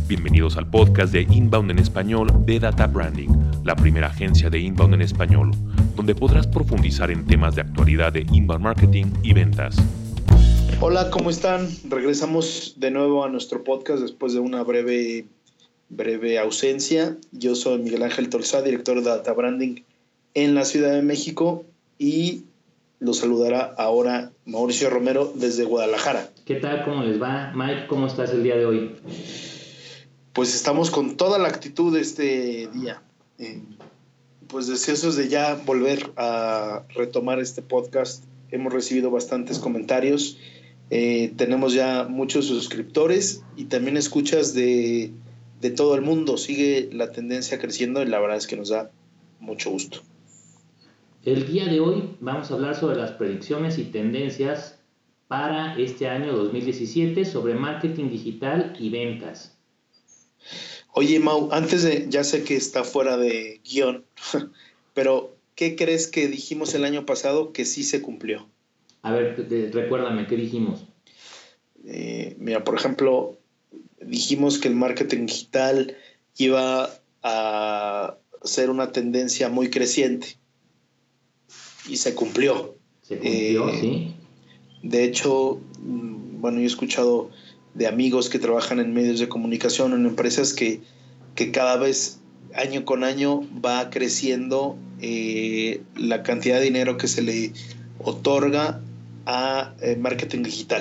Bienvenidos al podcast de Inbound en Español de Data Branding, la primera agencia de Inbound en Español, donde podrás profundizar en temas de actualidad de Inbound Marketing y ventas. Hola, ¿cómo están? Regresamos de nuevo a nuestro podcast después de una breve ausencia. Yo soy Miguel Ángel Tolzá, director de Data Branding en la Ciudad de México, y los saludará ahora Mauricio Romero desde Guadalajara. ¿Qué tal? ¿Cómo les va? Mike, ¿cómo estás el día de hoy? Pues estamos con toda la actitud de este día. Pues deseosos de ya volver a retomar este podcast. Hemos recibido bastantes comentarios. Tenemos ya muchos suscriptores y también escuchas de todo el mundo. Sigue la tendencia creciendo y la verdad es que nos da mucho gusto. El día de hoy vamos a hablar sobre las predicciones y tendencias para este año 2017 sobre marketing digital y ventas. Oye, Mau, ya sé que está fuera de guión, pero ¿qué crees que dijimos el año pasado que sí se cumplió? A ver, recuérdame, ¿qué dijimos? Mira, por ejemplo, dijimos que el marketing digital iba a ser una tendencia muy creciente y se cumplió. Se cumplió, sí. De hecho, bueno, yo he escuchado de amigos que trabajan en medios de comunicación, en empresas que cada vez, año con año, va creciendo la cantidad de dinero que se le otorga a marketing digital.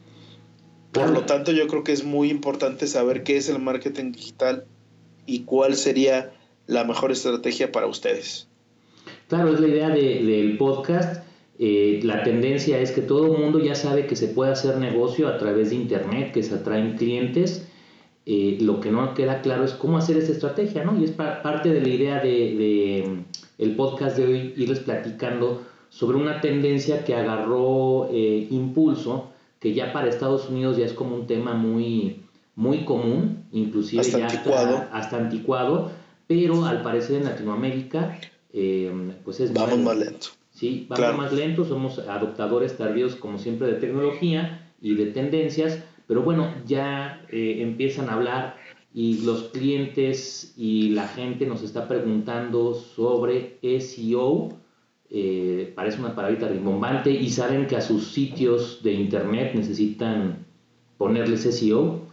Por lo tanto, yo creo que es muy importante saber qué es el marketing digital y cuál sería la mejor estrategia para ustedes. Claro, es la idea del podcast. La tendencia es que todo el mundo ya sabe que se puede hacer negocio a través de internet, que se atraen clientes. Lo que no queda claro es cómo hacer esa estrategia, ¿no? Y es parte de la idea de el podcast de hoy, irles platicando sobre una tendencia que agarró impulso, que ya para Estados Unidos ya es como un tema muy, muy común, inclusive hasta anticuado, pero al parecer en Latinoamérica pues es vamos más lento. Sí, vamos más lento, somos adoptadores tardíos como siempre de tecnología y de tendencias, pero bueno, ya empiezan a hablar y los clientes y la gente nos está preguntando sobre SEO. Parece una palabrita rimbombante y saben que a sus sitios de internet necesitan ponerles SEO.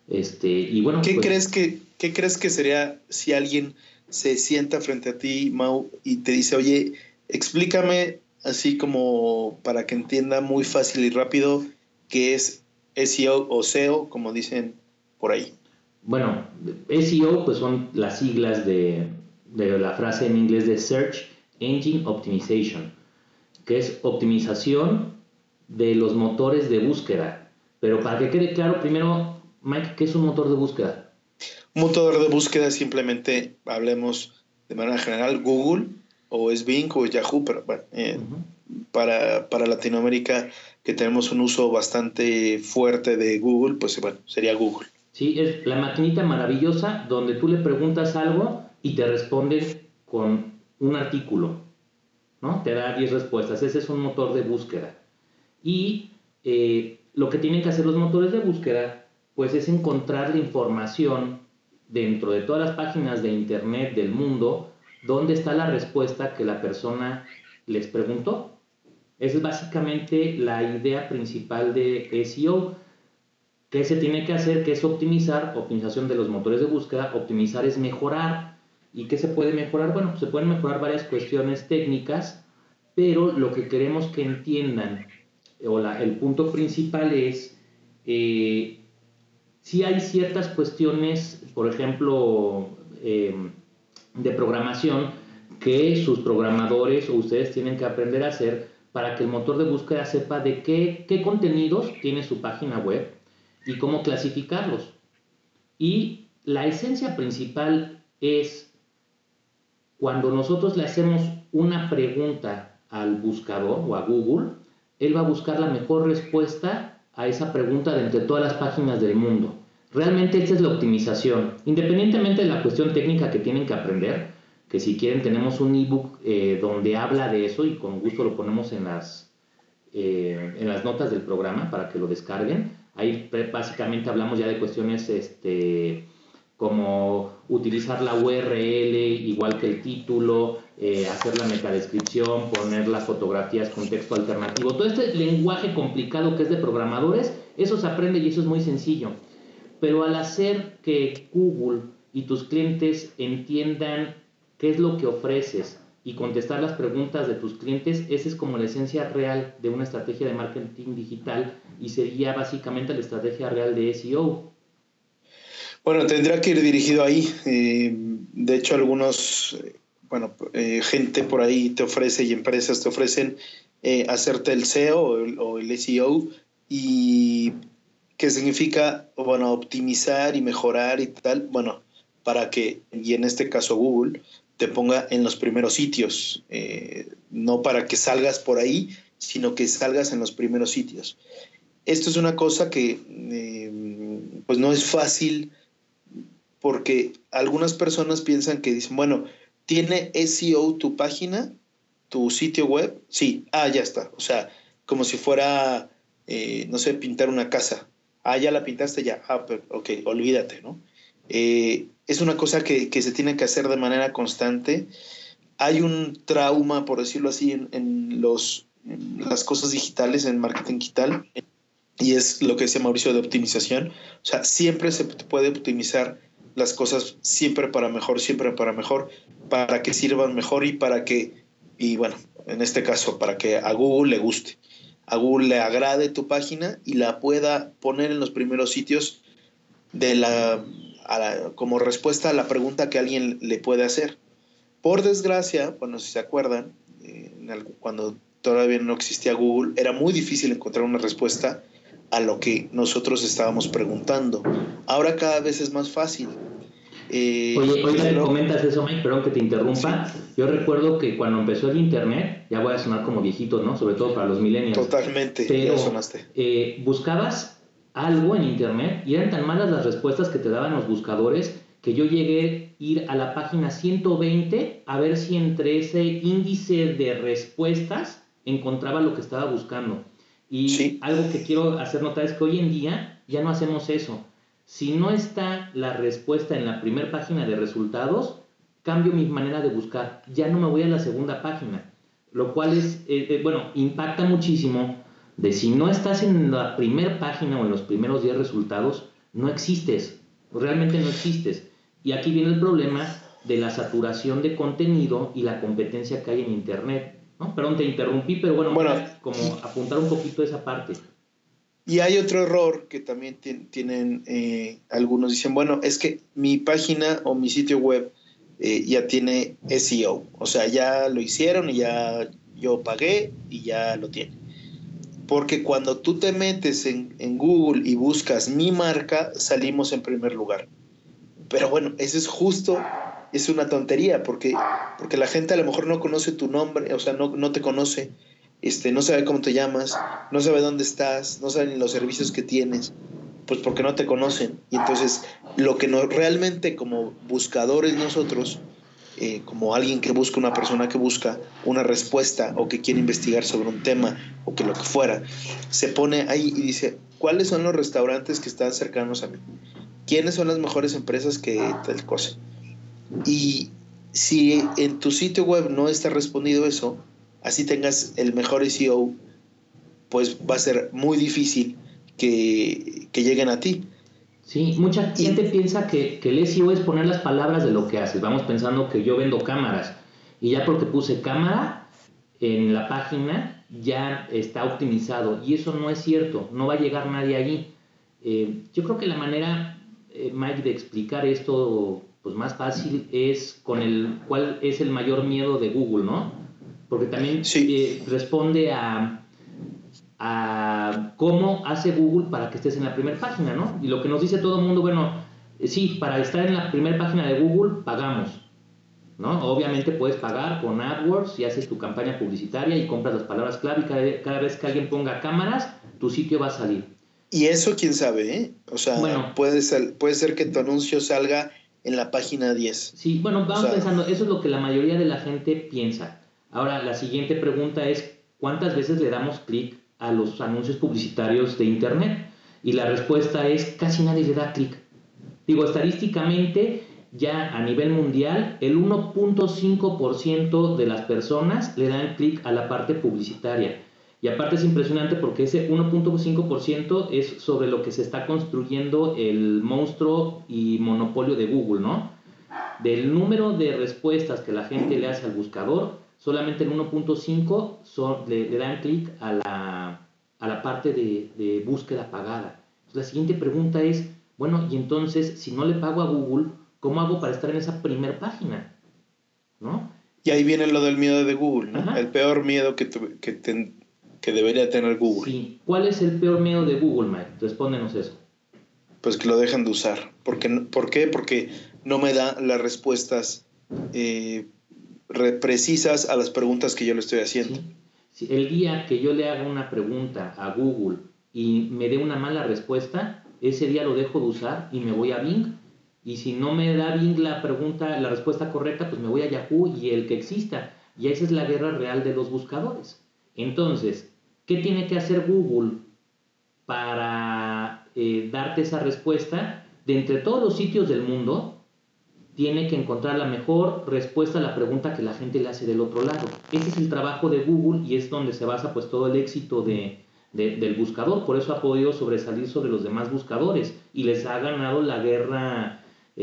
Y bueno, ¿Qué crees que sería si alguien se sienta frente a ti, Mau, y te dice, oye, explícame así como para que entienda muy fácil y rápido qué es SEO o SEO, como dicen por ahí? Bueno, SEO pues son las siglas de la frase en inglés de Search Engine Optimization, que es optimización de los motores de búsqueda. Pero para que quede claro, primero, Mike, ¿qué es un motor de búsqueda? Un motor de búsqueda simplemente, hablemos de manera general, Google, o es Bing o es Yahoo, pero bueno, para Latinoamérica, que tenemos un uso bastante fuerte de Google, pues bueno, sería Google. Sí, es la maquinita maravillosa donde tú le preguntas algo y te responde con un artículo, ¿no? Te da 10 respuestas. Ese es un motor de búsqueda. Y lo que tienen que hacer los motores de búsqueda, pues es encontrar la información dentro de todas las páginas de internet del mundo donde está la respuesta que la persona les preguntó. Esa es básicamente la idea principal de SEO. ¿Qué se tiene que hacer? ¿Qué es optimizar? Optimización de los motores de búsqueda. Optimizar es mejorar. ¿Y qué se puede mejorar? Bueno, pues se pueden mejorar varias cuestiones técnicas, pero lo que queremos que entiendan, el punto principal es si hay ciertas cuestiones, por ejemplo, de programación, que sus programadores o ustedes tienen que aprender a hacer para que el motor de búsqueda sepa de qué contenidos tiene su página web y cómo clasificarlos. Y la esencia principal es cuando nosotros le hacemos una pregunta al buscador o a Google, él va a buscar la mejor respuesta a esa pregunta de entre todas las páginas del mundo. Realmente esta es la optimización. Independientemente de la cuestión técnica que tienen que aprender, que si quieren tenemos un ebook donde habla de eso y con gusto lo ponemos en las notas del programa para que lo descarguen. Ahí básicamente hablamos ya de cuestiones como utilizar la URL igual que el título, hacer la metadescripción, poner las fotografías con texto alternativo. Todo este lenguaje complicado que es de programadores, eso se aprende y eso es muy sencillo. Pero al hacer que Google y tus clientes entiendan qué es lo que ofreces y contestar las preguntas de tus clientes, esa es como la esencia real de una estrategia de marketing digital y sería básicamente la estrategia real de SEO. Bueno, tendrá que ir dirigido ahí. De hecho, algunos, gente por ahí te ofrece y empresas te ofrecen hacerte el SEO o el SEO, y que significa, bueno, optimizar y mejorar y tal, bueno, para que, y en este caso Google, te ponga en los primeros sitios, no para que salgas por ahí, sino que salgas en los primeros sitios. Esto es una cosa que pues no es fácil, porque algunas personas piensan que dicen, bueno, ¿tiene SEO tu página, tu sitio web? Sí, ya está. O sea, como si fuera, no sé, pintar una casa. Ya la pintaste, ya. Pero, ok, olvídate, ¿no? Es una cosa que se tiene que hacer de manera constante. Hay un trauma, por decirlo así, en las cosas digitales, en marketing digital, y es lo que decía Mauricio de optimización. O sea, siempre se puede optimizar las cosas, siempre para mejor, para que sirvan mejor y bueno, en este caso, para que a Google le guste, a Google le agrade tu página y la pueda poner en los primeros sitios como respuesta a la pregunta que alguien le puede hacer. Por desgracia, bueno, si se acuerdan, cuando todavía no existía Google, era muy difícil encontrar una respuesta a lo que nosotros estábamos preguntando. Ahora cada vez es más fácil. Oye, que comentas eso, Mike, perdón que te interrumpa. Sí. Yo recuerdo que cuando empezó el internet, ya voy a sonar como viejito, ¿no? Sobre todo para los millennials. Totalmente, pero, ya sonaste. Buscabas algo en internet y eran tan malas las respuestas que te daban los buscadores que yo llegué a ir a la página 120 a ver si entre ese índice de respuestas encontraba lo que estaba buscando. Y sí, algo que quiero hacer notar es que hoy en día ya no hacemos eso. Si no está la respuesta en la primera página de resultados, cambio mi manera de buscar. Ya no me voy a la segunda página. Lo cual impacta muchísimo de si no estás en la primera página o en los primeros 10 resultados, no existes. Realmente no existes. Y aquí viene el problema de la saturación de contenido y la competencia que hay en internet, ¿no? Perdón, te interrumpí, pero bueno, como apuntar un poquito esa parte. Y hay otro error que también tienen algunos, dicen, bueno, es que mi página o mi sitio web ya tiene SEO, o sea, ya lo hicieron y ya yo pagué y ya lo tiene. Porque cuando tú te metes en Google y buscas mi marca, salimos en primer lugar. Pero bueno, eso es una tontería, porque la gente a lo mejor no conoce tu nombre, o sea, no te conoce, no sabe cómo te llamas, no sabe dónde estás, no sabe ni los servicios que tienes, pues porque no te conocen. Y entonces, lo que realmente como buscadores nosotros, como alguien que busca, una persona que busca una respuesta o que quiere investigar sobre un tema o que lo que fuera, se pone ahí y dice, ¿cuáles son los restaurantes que están cercanos a mí? ¿Quiénes son las mejores empresas que tal cosa? Y si en tu sitio web no está respondido eso, así tengas el mejor SEO, pues va a ser muy difícil que lleguen a ti. Sí, mucha gente piensa que el SEO es poner las palabras de lo que haces. Vamos pensando que yo vendo cámaras y ya porque puse cámara en la página ya está optimizado, y eso no es cierto, no va a llegar nadie allí. Yo creo que la manera, Mike, de explicar esto pues más fácil es con cuál es el mayor miedo de Google, ¿no? Porque también sí, responde a cómo hace Google para que estés en la primera página, ¿no? Y lo que nos dice todo el mundo, sí, para estar en la primera página de Google pagamos, ¿no? Obviamente puedes pagar con AdWords y haces tu campaña publicitaria y compras las palabras clave y cada vez que alguien ponga cámaras, tu sitio va a salir. Y eso quién sabe, ¿eh? O sea, puede ser que tu anuncio salga en la página 10. Sí, vamos pensando, eso es lo que la mayoría de la gente piensa. Ahora, la siguiente pregunta es, ¿cuántas veces le damos clic a los anuncios publicitarios de internet? Y la respuesta es, casi nadie le da clic. Digo, estadísticamente, ya a nivel mundial, el 1.5% de las personas le dan clic a la parte publicitaria. Y aparte es impresionante porque ese 1.5% es sobre lo que se está construyendo el monstruo y monopolio de Google, ¿no? Del número de respuestas que la gente le hace al buscador, solamente el 1.5 le dan clic a la parte de búsqueda pagada. Entonces, la siguiente pregunta es, bueno, y entonces, si no le pago a Google, ¿cómo hago para estar en esa primer página? ¿No? Y ahí viene lo del miedo de Google, ¿no? Ajá. El peor miedo que debería tener Google. Sí. ¿Cuál es el peor miedo de Google, Mike? Respóndenos eso. Pues que lo dejan de usar. ¿Por qué? Porque no me da las respuestas precisas a las preguntas que yo le estoy haciendo. Sí. Si el día que yo le haga una pregunta a Google y me dé una mala respuesta, ese día lo dejo de usar y me voy a Bing. Y si no me da Bing la respuesta correcta, pues me voy a Yahoo y el que exista. Y esa es la guerra real de los buscadores. Entonces, ¿qué tiene que hacer Google para darte esa respuesta? De entre todos los sitios del mundo, tiene que encontrar la mejor respuesta a la pregunta que la gente le hace del otro lado. Ese es el trabajo de Google y es donde se basa pues todo el éxito del buscador. Por eso ha podido sobresalir sobre los demás buscadores y les ha ganado la guerra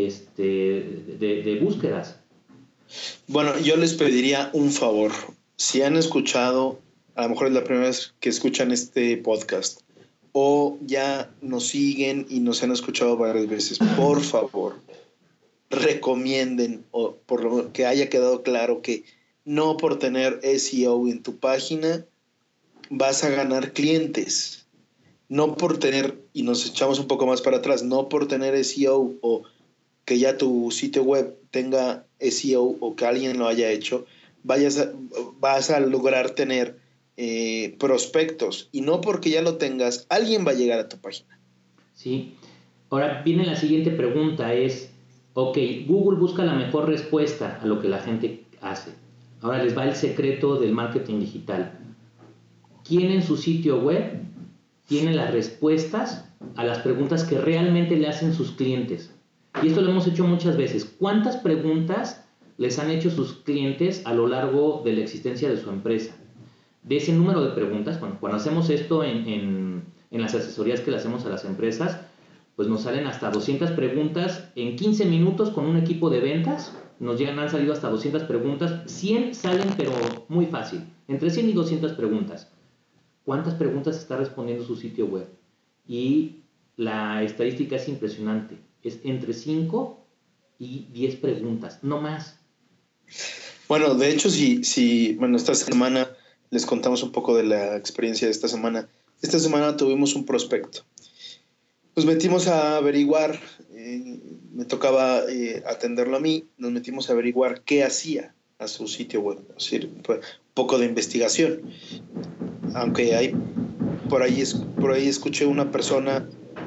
de búsquedas. Bueno, yo les pediría un favor. Si han escuchado, a lo mejor es la primera vez que escuchan este podcast, o ya nos siguen y nos han escuchado varias veces, por favor, recomienden, o por lo que haya quedado claro, que no por tener SEO en tu página vas a ganar clientes. No por tener, y nos echamos un poco más para atrás, no por tener SEO o que ya tu sitio web tenga SEO o que alguien lo haya hecho, vas a lograr tener prospectos. Y no porque ya lo tengas, alguien va a llegar a tu página. Sí. Ahora viene la siguiente pregunta, es, ok, Google busca la mejor respuesta a lo que la gente hace. Ahora les va el secreto del marketing digital. ¿Quién en su sitio web tiene las respuestas a las preguntas que realmente le hacen sus clientes? Y esto lo hemos hecho muchas veces. ¿Cuántas preguntas les han hecho sus clientes a lo largo de la existencia de su empresa? De ese número de preguntas, cuando hacemos esto en las asesorías que le hacemos a las empresas, pues nos salen hasta 200 preguntas en 15 minutos con un equipo de ventas. Han salido hasta 200 preguntas. 100 salen, pero muy fácil. Entre 100 y 200 preguntas. ¿Cuántas preguntas está respondiendo su sitio web? Y la estadística es impresionante. Es entre 5 y 10 preguntas, no más. Bueno, de hecho, bueno, esta semana les contamos un poco de la experiencia de esta semana. Esta semana tuvimos un prospecto. Nos metimos a averiguar, me tocaba atenderlo a mí, nos metimos a averiguar qué hacía a su sitio web, es decir, un poco de investigación. Aunque por ahí escuché una persona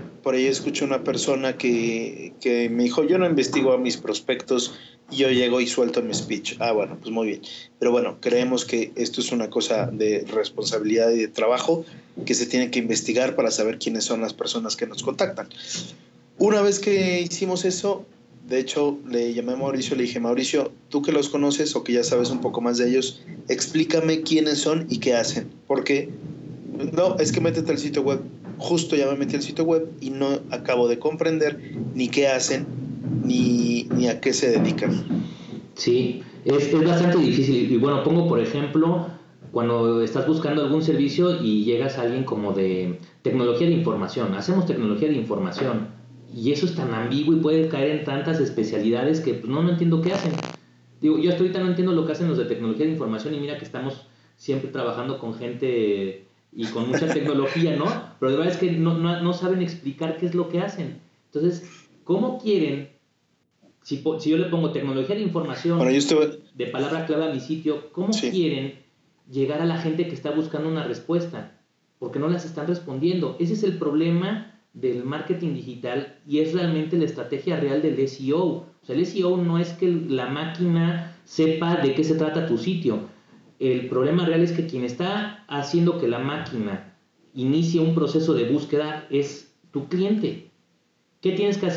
que me dijo, yo no investigo a mis prospectos, yo llego y suelto mi speech. Bueno, pues muy bien. Pero bueno, creemos que esto es una cosa de responsabilidad y de trabajo que se tiene que investigar para saber quiénes son las personas que nos contactan. Una vez que hicimos eso, de hecho, le llamé a Mauricio y le dije, Mauricio, tú que los conoces o que ya sabes un poco más de ellos, explícame quiénes son y qué hacen. Porque no, es que métete al sitio web. Justo ya me metí al sitio web y no acabo de comprender ni qué hacen ni a qué se dedican. Sí, es bastante difícil. Y bueno, pongo por ejemplo, cuando estás buscando algún servicio y llegas a alguien como de tecnología de información. Hacemos tecnología de información. Y eso es tan ambiguo y puede caer en tantas especialidades que pues, no entiendo qué hacen. Digo, yo hasta ahorita no entiendo lo que hacen los de tecnología de información y mira que estamos siempre trabajando con gente y con mucha tecnología, ¿no? Pero de verdad es que no saben explicar qué es lo que hacen. Entonces, ¿cómo quieren, si yo le pongo tecnología de información de palabra clave a mi sitio, cómo quieren llegar a la gente que está buscando una respuesta? Porque no las están respondiendo. Ese es el problema del marketing digital y es realmente la estrategia real del SEO. O sea, el SEO no es que la máquina sepa de qué se trata tu sitio. El problema real es que quien está haciendo que la máquina inicie un proceso de búsqueda es tu cliente. ¿Qué tienes que hacer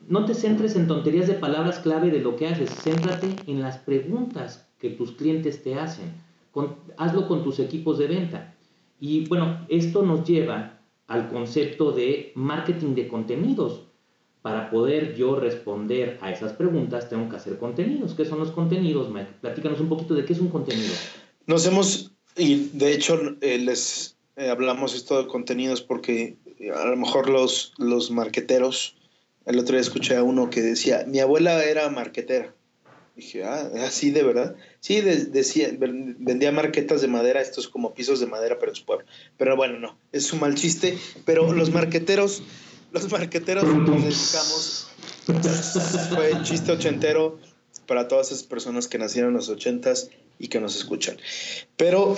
no te centres en tonterías de palabras clave de lo que haces, céntrate en las preguntas que tus clientes te hacen. Hazlo con tus equipos de venta. Y bueno, esto nos lleva al concepto de marketing de contenidos. Para poder yo responder a esas preguntas, tengo que hacer contenidos. ¿Qué son los contenidos, Mike? Platícanos un poquito de qué es un contenido. Y de hecho les hablamos esto de contenidos porque a lo mejor los marqueteros, el otro día escuché a uno que decía, mi abuela era marquetera. Dije, ¿así de verdad? Sí, decía, vendía marquetas de madera, estos como pisos de madera, pero en su pueblo. Pero bueno, no, es un mal chiste. Pero los marqueteros nos dedicamos, fue chiste ochentero para todas esas personas que nacieron en los 80s y que nos escuchan. Pero,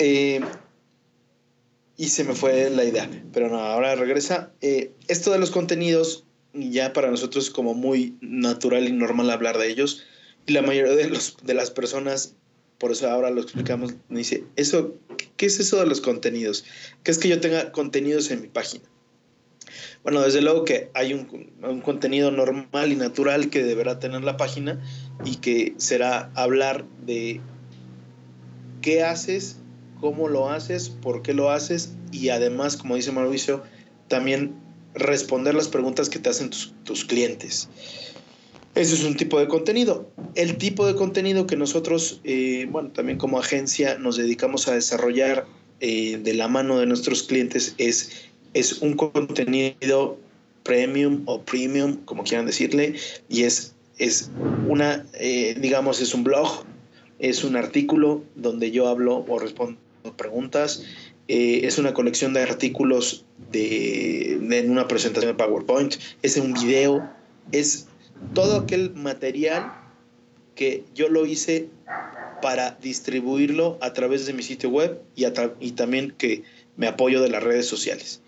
y se me fue la idea, pero no, ahora regresa. Esto de los contenidos, ya para nosotros es como muy natural y normal hablar de ellos. Y la mayoría de las personas, por eso ahora lo explicamos, me dice, ¿qué es eso de los contenidos? ¿Qué es que yo tenga contenidos en mi página? Bueno, desde luego que hay un contenido normal y natural que deberá tener la página y que será hablar de qué haces, cómo lo haces, por qué lo haces y además, como dice Mauricio, también responder las preguntas que te hacen tus clientes. Ese es un tipo de contenido. El tipo de contenido que nosotros, también como agencia nos dedicamos a desarrollar de la mano de nuestros clientes es un contenido premium o premium, como quieran decirle, y es una, es un blog, es un artículo donde yo hablo o respondo preguntas, es una colección de artículos en una presentación de PowerPoint, es un video, es todo aquel material que yo lo hice para distribuirlo a través de mi sitio web y también que me apoyo de las redes sociales.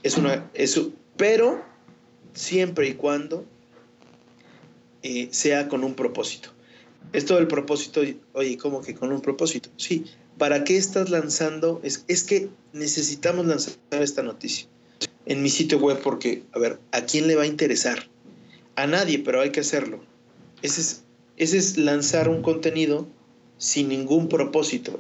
Pero siempre y cuando sea con un propósito. Esto del propósito, oye, ¿cómo que con un propósito? Sí, ¿para qué estás lanzando? Es que necesitamos lanzar esta noticia en mi sitio web porque, a ver, ¿a quién le va a interesar? A nadie, pero hay que hacerlo. Ese es lanzar un contenido sin ningún propósito.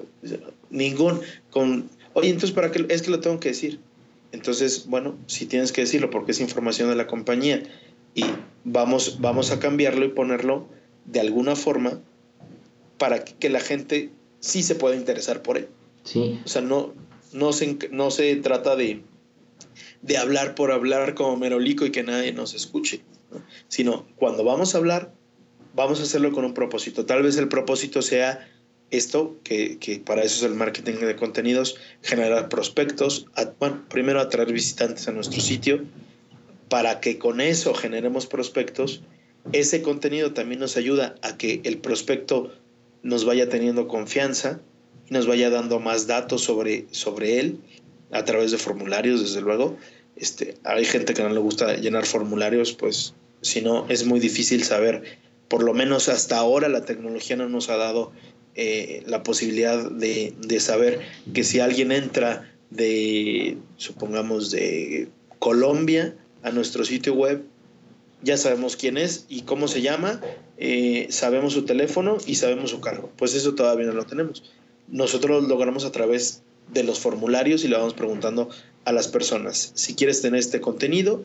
Oye, entonces, ¿para qué? Es que lo tengo que decir. Entonces, bueno, si tienes que decirlo porque es información de la compañía y vamos a cambiarlo y ponerlo de alguna forma para que la gente sí se pueda interesar por él. Sí. O sea, no se trata de hablar por hablar como merolico y que nadie nos escuche, ¿no? Sino cuando vamos a hablar, vamos a hacerlo con un propósito. Tal vez el propósito sea esto, que para eso es el marketing de contenidos, generar prospectos, primero atraer visitantes a nuestro sitio, para que con eso generemos prospectos. Ese contenido también nos ayuda a que el prospecto nos vaya teniendo confianza y nos vaya dando más datos sobre él a través de formularios, desde luego. Hay gente que no le gusta llenar formularios, pues si no es muy difícil saber. Por lo menos hasta ahora la tecnología no nos ha dado la posibilidad de saber que si alguien entra supongamos de Colombia a nuestro sitio web, ya sabemos quién es y cómo se llama, sabemos su teléfono y sabemos su cargo. Pues eso todavía no lo tenemos. Nosotros lo logramos a través de los formularios y le vamos preguntando a las personas, si quieres tener este contenido,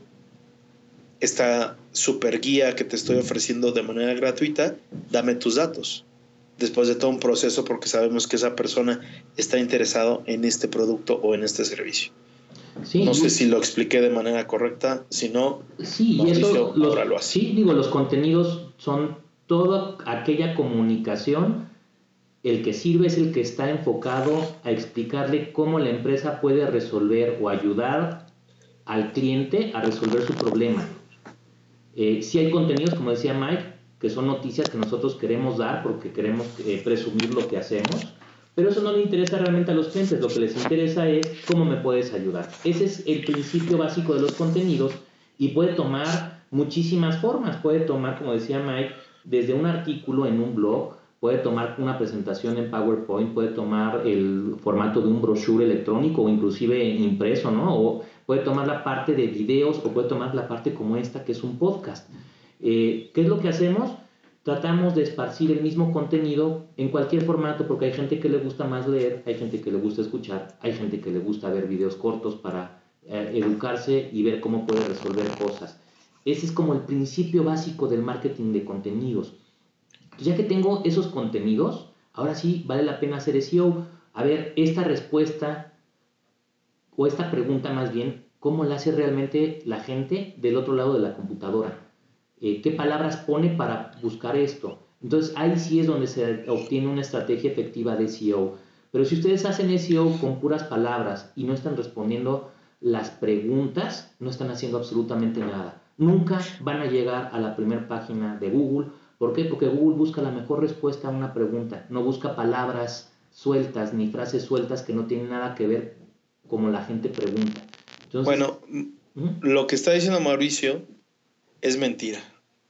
esta super guía que te estoy ofreciendo de manera gratuita, dame tus datos. Después de todo un proceso, porque sabemos que esa persona está interesado en este producto o en este servicio. Sí, no sé si lo expliqué de manera correcta, si no, sí, Mauricio, ahora lo hace. Sí, los contenidos son toda aquella comunicación. El que sirve es el que está enfocado a explicarle cómo la empresa puede resolver o ayudar al cliente a resolver su problema. Sí hay contenidos, como decía Mike, que son noticias que nosotros queremos dar porque queremos presumir lo que hacemos, pero eso no le interesa realmente a los clientes. Lo que les interesa es cómo me puedes ayudar. Ese es el principio básico de los contenidos y puede tomar muchísimas formas. Puede tomar, como decía Mike, desde un artículo en un blog, puede tomar una presentación en PowerPoint, puede tomar el formato de un brochure electrónico o inclusive impreso, ¿no? O puede tomar la parte de videos o puede tomar la parte como esta que es un podcast. ¿Qué es lo que hacemos? Tratamos de esparcir el mismo contenido en cualquier formato, porque hay gente que le gusta más leer, hay gente que le gusta escuchar, hay gente que le gusta ver videos cortos para educarse y ver cómo puede resolver cosas. Ese es como el principio básico del marketing de contenidos. Ya que tengo esos contenidos, ahora sí vale la pena hacer SEO. A ver, esta respuesta o esta pregunta más bien, ¿cómo la hace realmente la gente del otro lado de la computadora? ¿Qué palabras pone para buscar esto? Entonces ahí sí es donde se obtiene una estrategia efectiva de SEO. Pero si ustedes hacen SEO con puras palabras y no están respondiendo las preguntas, no están haciendo absolutamente nada. Nunca van a llegar a la primera página de Google. ¿Por qué? Porque Google busca la mejor respuesta a una pregunta. No busca palabras sueltas ni frases sueltas que no tienen nada que ver como la gente pregunta. Entonces, bueno, lo que está diciendo Mauricio es mentira.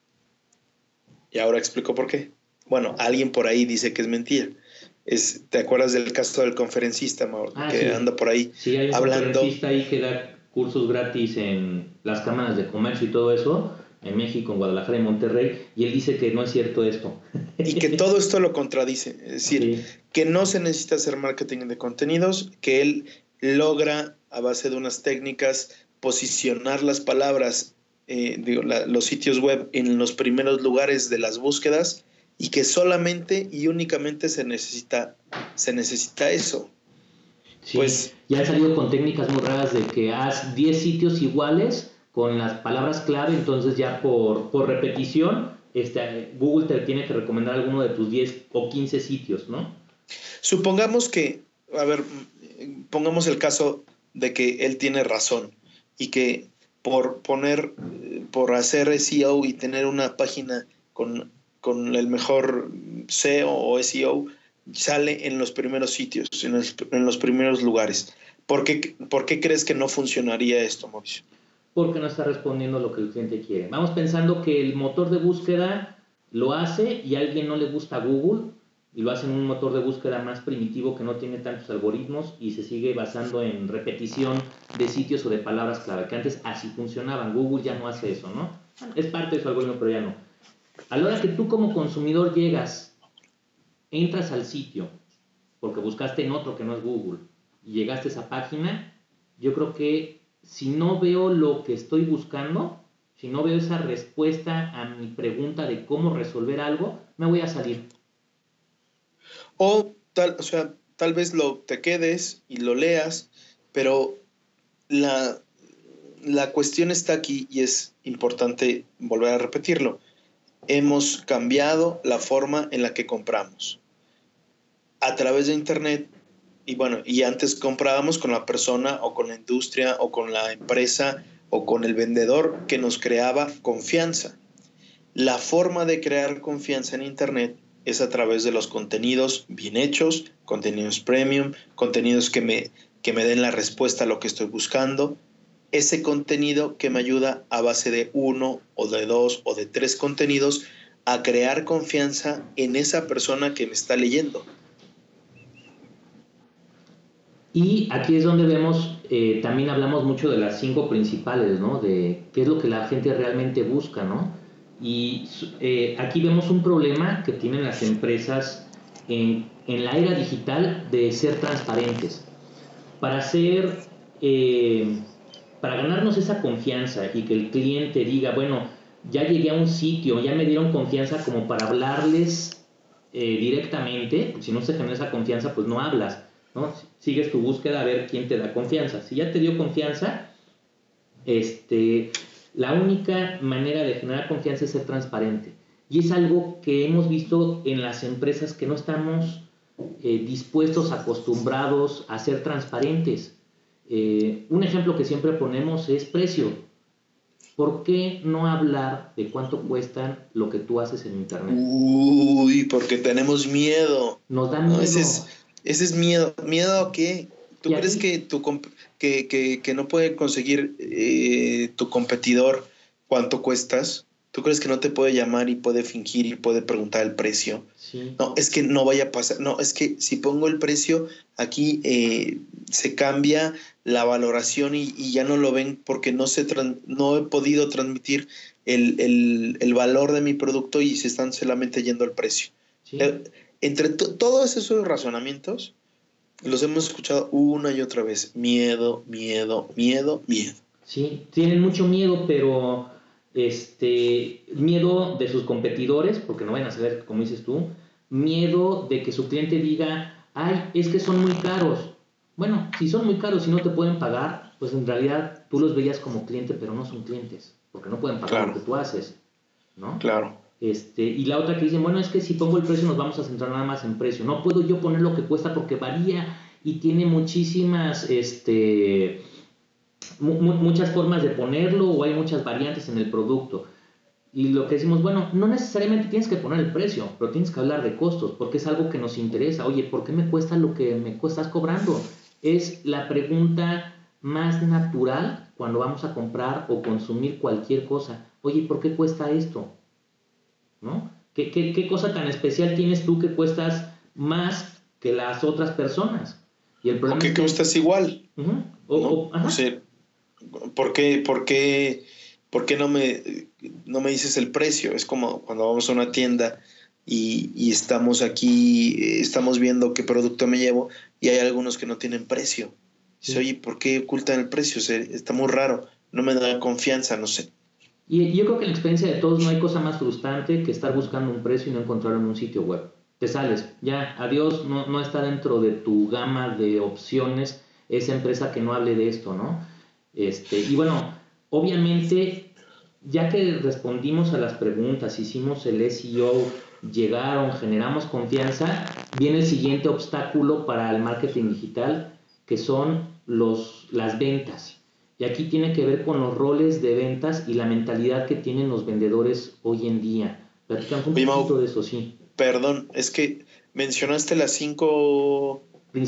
Y ahora explico por qué. Bueno, alguien por ahí dice que es mentira. ¿Te acuerdas del caso del conferencista, Mauro? Que sí. anda por ahí sí, hay un hablando. Conferencista ahí que da cursos gratis en las cámaras de comercio y todo eso, en México, en Guadalajara y Monterrey, y él dice que no es cierto esto. Y que todo esto lo contradice. Es decir, que no se necesita hacer marketing de contenidos, que él logra, a base de unas técnicas, posicionar las palabras, los sitios web en los primeros lugares de las búsquedas, y que solamente y únicamente se necesita eso. Sí, pues, ya han salido con técnicas muy raras de que haz 10 sitios iguales con las palabras clave, entonces ya por repetición Google te tiene que recomendar alguno de tus 10 o 15 sitios, ¿no? Supongamos que, a ver, pongamos el caso de que él tiene razón y que por hacer SEO y tener una página con el mejor SEO o SEO, sale en los primeros sitios, en los primeros lugares. ¿Por qué crees que no funcionaría esto, Mauricio? Porque no está respondiendo lo que el cliente quiere. Vamos pensando que el motor de búsqueda lo hace y a alguien no le gusta Google y lo hace en un motor de búsqueda más primitivo que no tiene tantos algoritmos y se sigue basando en repetición de sitios o de palabras clave, que antes así funcionaban. Google ya no hace eso, ¿no? Es parte de su algoritmo, pero ya no. A la hora que tú como consumidor llegas, entras al sitio, porque buscaste en otro que no es Google, y llegaste a esa página, yo creo que si no veo lo que estoy buscando, si no veo esa respuesta a mi pregunta de cómo resolver algo, me voy a salir. O tal vez te quedes y lo leas, pero la cuestión está aquí y es importante volver a repetirlo. Hemos cambiado la forma en la que compramos. A través de Internet, y antes comprábamos con la persona o con la industria o con la empresa o con el vendedor que nos creaba confianza. La forma de crear confianza en Internet es a través de los contenidos bien hechos, contenidos premium, contenidos que me den la respuesta a lo que estoy buscando. Ese contenido que me ayuda a base de 1 o de 2 o de 3 contenidos a crear confianza en esa persona que me está leyendo. Y aquí es donde vemos, también hablamos mucho de las 5 principales, ¿no? De qué es lo que la gente realmente busca, ¿no? Y aquí vemos un problema que tienen las empresas en la era digital de ser transparentes. Para ganarnos esa confianza y que el cliente diga, bueno, ya llegué a un sitio, ya me dieron confianza como para hablarles directamente, si no se genera esa confianza, pues no hablas, ¿no? Sigues tu búsqueda a ver quién te da confianza. Si ya te dio confianza, la única manera de generar confianza es ser transparente. Y es algo que hemos visto en las empresas que no estamos dispuestos, acostumbrados a ser transparentes. Un ejemplo que siempre ponemos es precio. ¿Por qué no hablar de cuánto cuesta lo que tú haces en Internet? Uy, porque tenemos miedo. Nos da miedo. Ese es miedo. ¿Miedo a qué? ¿Tú crees que no puede conseguir tu competidor cuánto cuestas? ¿Tú crees que no te puede llamar y puede fingir y puede preguntar el precio? Sí. No, es que no vaya a pasar. No, es que si pongo el precio, aquí se cambia la valoración y ya no lo ven porque no he podido transmitir el valor de mi producto y se están solamente yendo al precio. Sí. Entre todos esos razonamientos los hemos escuchado una y otra vez. Miedo, miedo, miedo, miedo. Sí, tienen mucho miedo, pero miedo de sus competidores, porque no vayan a saber, como dices tú, miedo de que su cliente diga, ay, es que son muy caros. Bueno, si son muy caros y no te pueden pagar, pues en realidad tú los veías como cliente, pero no son clientes, porque no pueden pagar lo que tú haces, ¿no? Claro. Y la otra que dicen, bueno, es que si pongo el precio nos vamos a centrar nada más en precio. No puedo yo poner lo que cuesta porque varía y tiene muchísimas, muchas formas de ponerlo o hay muchas variantes en el producto. Y lo que decimos, bueno, no necesariamente tienes que poner el precio, pero tienes que hablar de costos porque es algo que nos interesa. Oye, ¿por qué me cuesta lo que me estás cobrando? Es la pregunta más natural cuando vamos a comprar o consumir cualquier cosa. Oye, ¿por qué cuesta esto? ¿No? ¿Qué cosa tan especial tienes tú que cuestas más que las otras personas? Y el problema ¿O que cuestas igual? Uh-huh. No sé, ¿por qué no me dices el precio? Es como cuando vamos a una tienda y estamos aquí, estamos viendo qué producto me llevo y hay algunos que no tienen precio. Sí. Dice, oye, ¿por qué ocultan el precio? Está muy raro, no me da confianza, no sé. Y yo creo que en la experiencia de todos no hay cosa más frustrante que estar buscando un precio y no encontrarlo en un sitio web. Te sales, ya, adiós, no está dentro de tu gama de opciones esa empresa que no hable de esto, ¿no? Y bueno, obviamente, ya que respondimos a las preguntas, hicimos el SEO, llegaron, generamos confianza, viene el siguiente obstáculo para el marketing digital, que son las ventas. Y aquí tiene que ver con los roles de ventas y la mentalidad que tienen los vendedores hoy en día. Platicamos un poquito de eso, sí. Perdón, es que mencionaste las cinco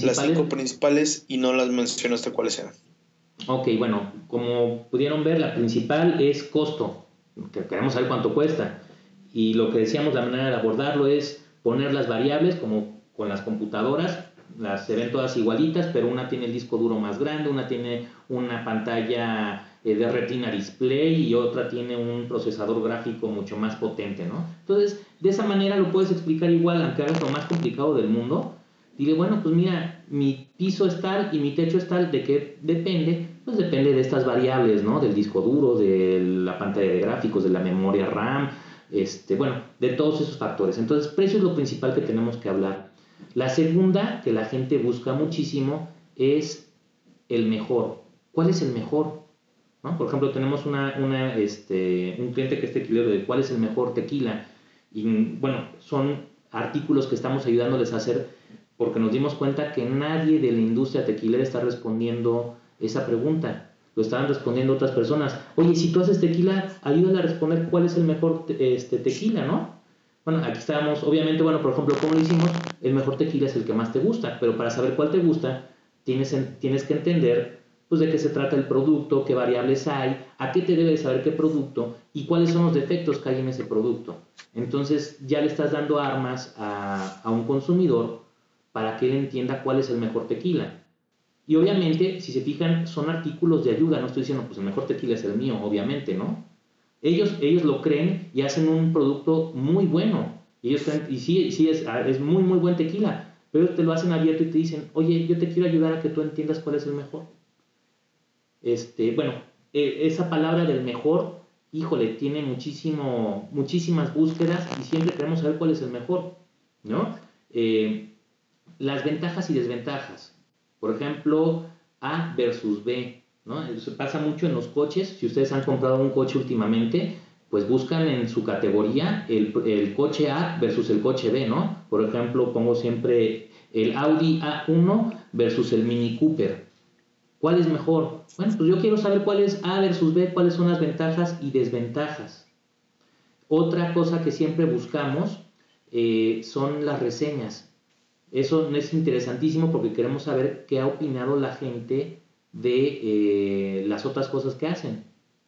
principales y no las mencionaste cuáles eran. Ok, bueno, como pudieron ver, la principal es costo, que queremos saber cuánto cuesta. Y lo que decíamos, la manera de abordarlo es poner las variables, como con las computadoras, se ven todas igualitas, pero una tiene el disco duro más grande, una tiene una pantalla de retina display y otra tiene un procesador gráfico mucho más potente, ¿no? Entonces, de esa manera lo puedes explicar igual, aunque hagas lo más complicado del mundo. Dile, bueno, pues mira, mi piso es tal y mi techo es tal, ¿de qué depende? Pues depende de estas variables, ¿no? Del disco duro, de la pantalla de gráficos, de la memoria RAM, bueno, de todos esos factores. Entonces, precio es lo principal que tenemos que hablar. La segunda, que la gente busca muchísimo, es el mejor. ¿Cuál es el mejor? ¿No? Por ejemplo, tenemos un cliente que es tequilero de cuál es el mejor tequila. Y bueno, son artículos que estamos ayudándoles a hacer porque nos dimos cuenta que nadie de la industria tequilera está respondiendo esa pregunta. Lo estaban respondiendo otras personas. Oye, si tú haces tequila, ayúdale a responder cuál es el mejor tequila, ¿no? Bueno, aquí estábamos, obviamente, bueno, por ejemplo, como lo hicimos, el mejor tequila es el que más te gusta, pero para saber cuál te gusta, tienes que entender pues de qué se trata el producto, qué variables hay, a qué te debe saber qué producto y cuáles son los defectos que hay en ese producto. Entonces ya le estás dando armas a un consumidor para que él entienda cuál es el mejor tequila. Y obviamente, si se fijan, son artículos de ayuda, no estoy diciendo, pues el mejor tequila es el mío, obviamente, ¿no? Ellos lo creen y hacen un producto muy bueno. Y sí es muy, muy buen tequila, pero te lo hacen abierto y te dicen, oye, yo te quiero ayudar a que tú entiendas cuál es el mejor. Esa palabra del mejor, híjole, tiene muchísimas búsquedas y siempre queremos saber cuál es el mejor, ¿no? Las ventajas y desventajas. Por ejemplo, A versus B, ¿no? Eso pasa mucho en los coches. Si ustedes han comprado un coche últimamente, pues buscan en su categoría el coche A versus el coche B, ¿no? Por ejemplo, pongo siempre el Audi A1 versus el Mini Cooper. ¿Cuál es mejor? Bueno, pues yo quiero saber cuál es A versus B, cuáles son las ventajas y desventajas. Otra cosa que siempre buscamos son las reseñas. Eso es interesantísimo porque queremos saber qué ha opinado la gente de las otras cosas que hacen,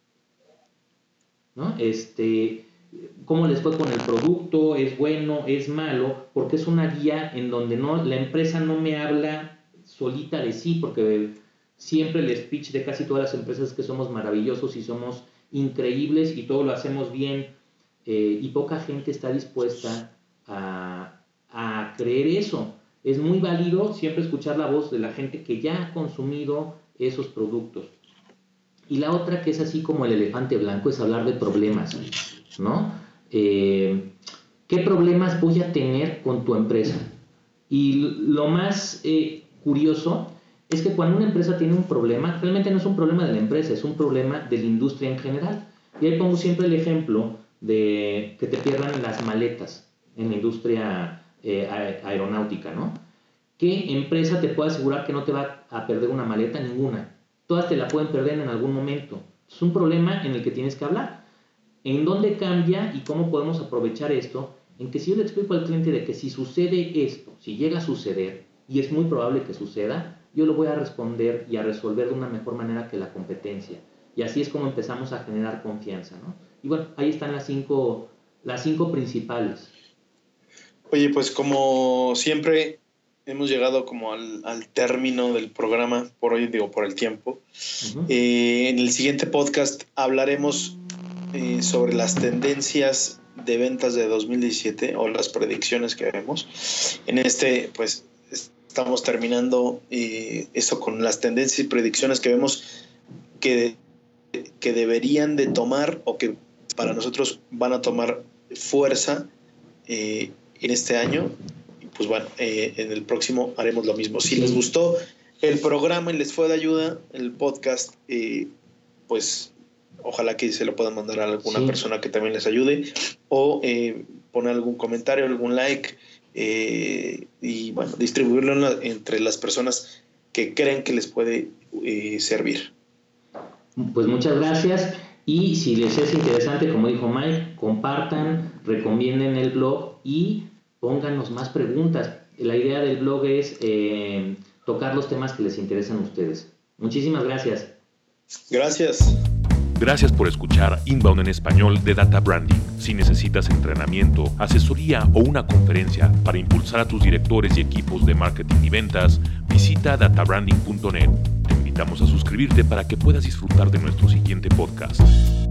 ¿no? Cómo les fue con el producto, es bueno, es malo, porque es una guía en donde la empresa no me habla solita de sí, porque siempre el speech de casi todas las empresas es que somos maravillosos y somos increíbles y todo lo hacemos bien, y poca gente está dispuesta a creer eso. Es muy válido siempre escuchar la voz de la gente que ya ha consumido esos productos. Y la otra, que es así como el elefante blanco, es hablar de problemas, ¿no? ¿Qué problemas voy a tener con tu empresa? Y lo más curioso es que cuando una empresa tiene un problema, realmente no es un problema de la empresa, es un problema de la industria en general. Y ahí pongo siempre el ejemplo de que te pierdan las maletas en la industria aeronáutica, ¿no? ¿Qué empresa te puede asegurar que no te va a perder una maleta? Ninguna. Todas te la pueden perder en algún momento. Es un problema en el que tienes que hablar. ¿En dónde cambia y cómo podemos aprovechar esto? En que si yo le explico al cliente de que si sucede esto, si llega a suceder, y es muy probable que suceda, yo lo voy a responder y a resolver de una mejor manera que la competencia. Y así es como empezamos a generar confianza, ¿no? Y bueno, ahí están las cinco principales. Oye, pues como siempre hemos llegado como al término del programa por hoy, por el tiempo. Uh-huh. En el siguiente podcast hablaremos sobre las tendencias de ventas de 2017 o las predicciones que vemos. En pues estamos terminando eso con las tendencias y predicciones que vemos que deberían de tomar o que para nosotros van a tomar fuerza en este año. Y pues bueno, en el próximo haremos lo mismo. Si les gustó el programa y les fue de ayuda el podcast, pues ojalá que se lo puedan mandar a alguna persona que también les ayude, o poner algún comentario, algún like, y bueno, distribuirlo entre las personas que creen que les puede servir. Pues muchas gracias, y si les es interesante, como dijo Mike, compartan, recomienden el blog y pónganos más preguntas. La idea del blog es tocar los temas que les interesan a ustedes. Muchísimas gracias. Gracias. Gracias por escuchar Inbound en Español de Data Branding. Si necesitas entrenamiento, asesoría o una conferencia para impulsar a tus directores y equipos de marketing y ventas, visita databranding.net. Te invitamos a suscribirte para que puedas disfrutar de nuestro siguiente podcast.